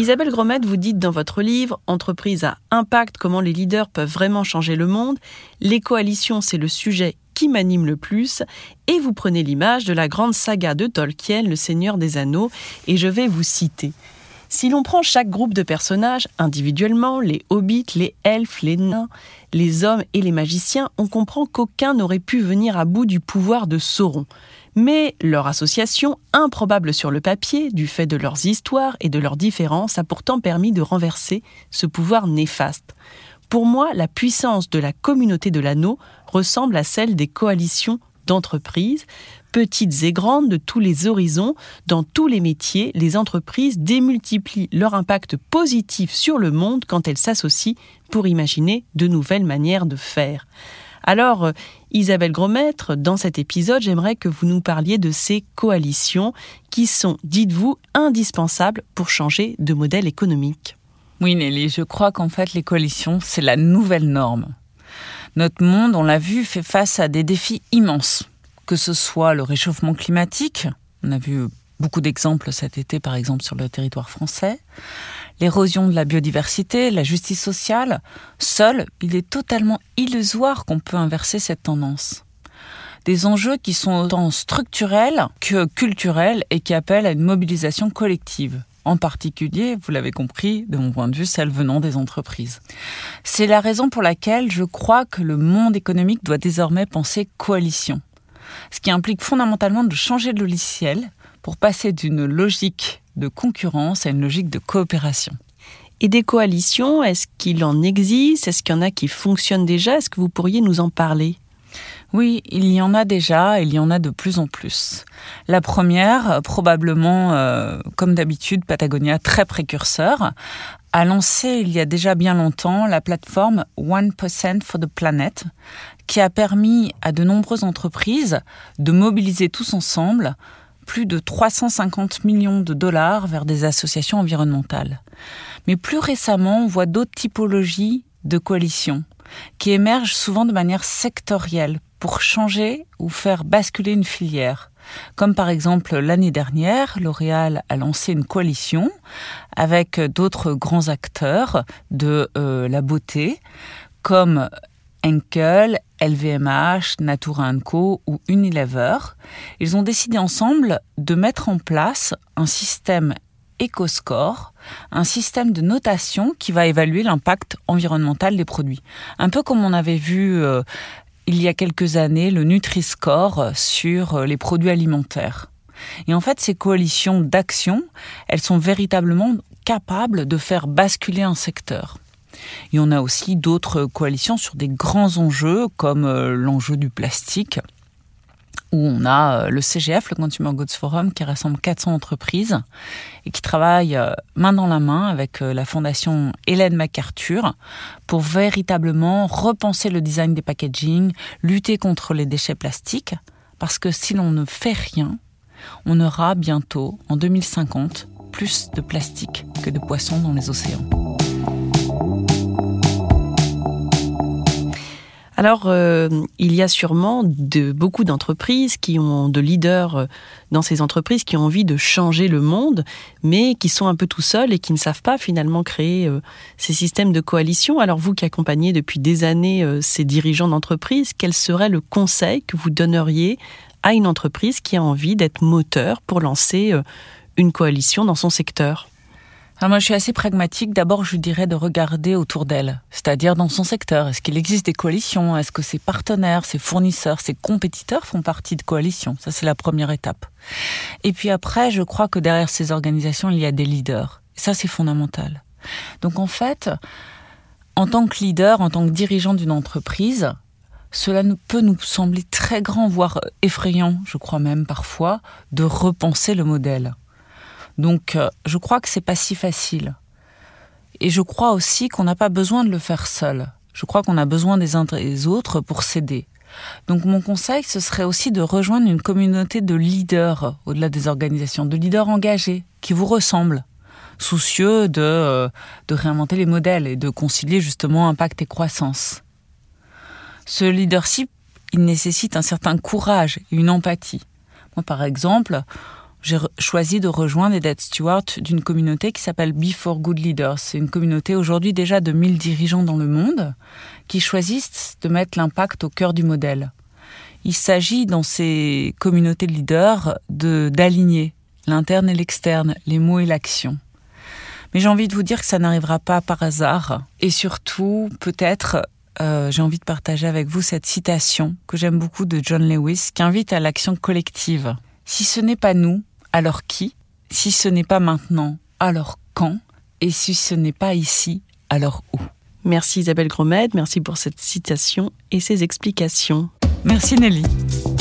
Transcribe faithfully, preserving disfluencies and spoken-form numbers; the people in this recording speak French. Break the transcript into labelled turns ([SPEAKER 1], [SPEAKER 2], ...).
[SPEAKER 1] Isabelle Gromette, vous dites dans votre livre « Entreprise à impact, comment les leaders peuvent vraiment changer le monde », les coalitions, c'est le sujet qui m'anime le plus, et vous prenez l'image de la grande saga de Tolkien, Le Seigneur des Anneaux, et je vais vous citer. Si l'on prend chaque groupe de personnages individuellement, les hobbits, les elfes, les nains, les hommes et les magiciens, on comprend qu'aucun n'aurait pu venir à bout du pouvoir de Sauron. Mais leur association, improbable sur le papier, du fait de leurs histoires et de leurs différences, a pourtant permis de renverser ce pouvoir néfaste. Pour moi, la puissance de la communauté de l'anneau ressemble à celle des coalitions d'entreprises. Petites et grandes, de tous les horizons, dans tous les métiers, les entreprises démultiplient leur impact positif sur le monde quand elles s'associent pour imaginer de nouvelles manières de faire. Alors, Isabelle Gromette, dans cet épisode, j'aimerais que vous nous parliez de ces coalitions qui sont, dites-vous, indispensables pour changer de modèle économique.
[SPEAKER 2] Oui Nelly, je crois qu'en fait les coalitions, c'est la nouvelle norme. Notre monde, on l'a vu, fait face à des défis immenses. Que ce soit le réchauffement climatique, on a vu beaucoup d'exemples cet été par exemple sur le territoire français, l'érosion de la biodiversité, la justice sociale, seul, il est totalement illusoire qu'on peut inverser cette tendance. Des enjeux qui sont autant structurels que culturels et qui appellent à une mobilisation collective. En particulier, vous l'avez compris, de mon point de vue, celle venant des entreprises. C'est la raison pour laquelle je crois que le monde économique doit désormais penser coalition. Ce qui implique fondamentalement de changer de logiciel pour passer d'une logique de concurrence à une logique de coopération.
[SPEAKER 1] Et des coalitions, est-ce qu'il en existe ? Est-ce qu'il y en a qui fonctionnent déjà ? Est-ce que vous pourriez nous en parler ?
[SPEAKER 2] Oui, il y en a déjà, il y en a de plus en plus. La première, probablement, euh, comme d'habitude, Patagonia, très précurseur, a lancé il y a déjà bien longtemps la plateforme one percent for the Planet, qui a permis à de nombreuses entreprises de mobiliser tous ensemble plus de trois cent cinquante millions de dollars vers des associations environnementales. Mais plus récemment, on voit d'autres typologies de coalitions qui émergent souvent de manière sectorielle pour changer ou faire basculer une filière. Comme par exemple l'année dernière, L'Oréal a lancé une coalition avec d'autres grands acteurs de euh, la beauté comme Henkel, L V M H, Natura and Co ou Unilever. Ils ont décidé ensemble de mettre en place un système EcoScore, un système de notation qui va évaluer l'impact environnemental des produits. Un peu comme on avait vu euh, il y a quelques années le Nutri-Score sur les produits alimentaires. Et en fait, ces coalitions d'action, elles sont véritablement capables de faire basculer un secteur. Et on a aussi d'autres coalitions sur des grands enjeux comme l'enjeu du plastique, où on a le C G F, le Consumer Goods Forum, qui rassemble quatre cents entreprises et qui travaille main dans la main avec la fondation Ellen MacArthur pour véritablement repenser le design des packaging, lutter contre les déchets plastiques, parce que si l'on ne fait rien, on aura bientôt, en deux mille cinquante, plus de plastique que de poissons dans les océans.
[SPEAKER 1] Alors, euh, il y a sûrement de, beaucoup d'entreprises qui ont, de leaders dans ces entreprises qui ont envie de changer le monde, mais qui sont un peu tout seuls et qui ne savent pas finalement créer euh, ces systèmes de coalition. Alors vous qui accompagnez depuis des années euh, ces dirigeants d'entreprise, quel serait le conseil que vous donneriez à une entreprise qui a envie d'être moteur pour lancer euh, une coalition dans son secteur ?
[SPEAKER 2] Alors moi, je suis assez pragmatique. D'abord, je lui dirais de regarder autour d'elle, c'est-à-dire dans son secteur. Est-ce qu'il existe des coalitions ? Est-ce que ses partenaires, ses fournisseurs, ses compétiteurs font partie de coalitions ? Ça, c'est la première étape. Et puis après, je crois que derrière ces organisations, il y a des leaders. Et ça, c'est fondamental. Donc en fait, en tant que leader, en tant que dirigeant d'une entreprise, cela peut nous sembler très grand, voire effrayant, je crois même parfois, de repenser le modèle. Donc, euh, je crois que c'est pas si facile. Et je crois aussi qu'on n'a pas besoin de le faire seul. Je crois qu'on a besoin des uns et des autres pour s'aider. Donc, mon conseil, ce serait aussi de rejoindre une communauté de leaders, au-delà des organisations, de leaders engagés, qui vous ressemblent, soucieux de, euh, de réinventer les modèles et de concilier justement impact et croissance. Ce leadership, il nécessite un certain courage et une empathie. Moi, par exemple, j'ai re- choisi de rejoindre et d'être steward d'une communauté qui s'appelle Be for Good Leaders. C'est une communauté aujourd'hui déjà de mille dirigeants dans le monde qui choisissent de mettre l'impact au cœur du modèle. Il s'agit dans ces communautés de leaders de, d'aligner l'interne et l'externe, les mots et l'action. Mais j'ai envie de vous dire que ça n'arrivera pas par hasard. Et surtout, peut-être, euh, j'ai envie de partager avec vous cette citation que j'aime beaucoup de John Lewis, qui invite à l'action collective. Si ce n'est pas nous, alors qui ? Si ce n'est pas maintenant, alors quand ? Et si ce n'est pas ici, alors où ?
[SPEAKER 1] Merci Isabelle Gromède, merci pour cette citation et ces explications.
[SPEAKER 2] Merci Nelly.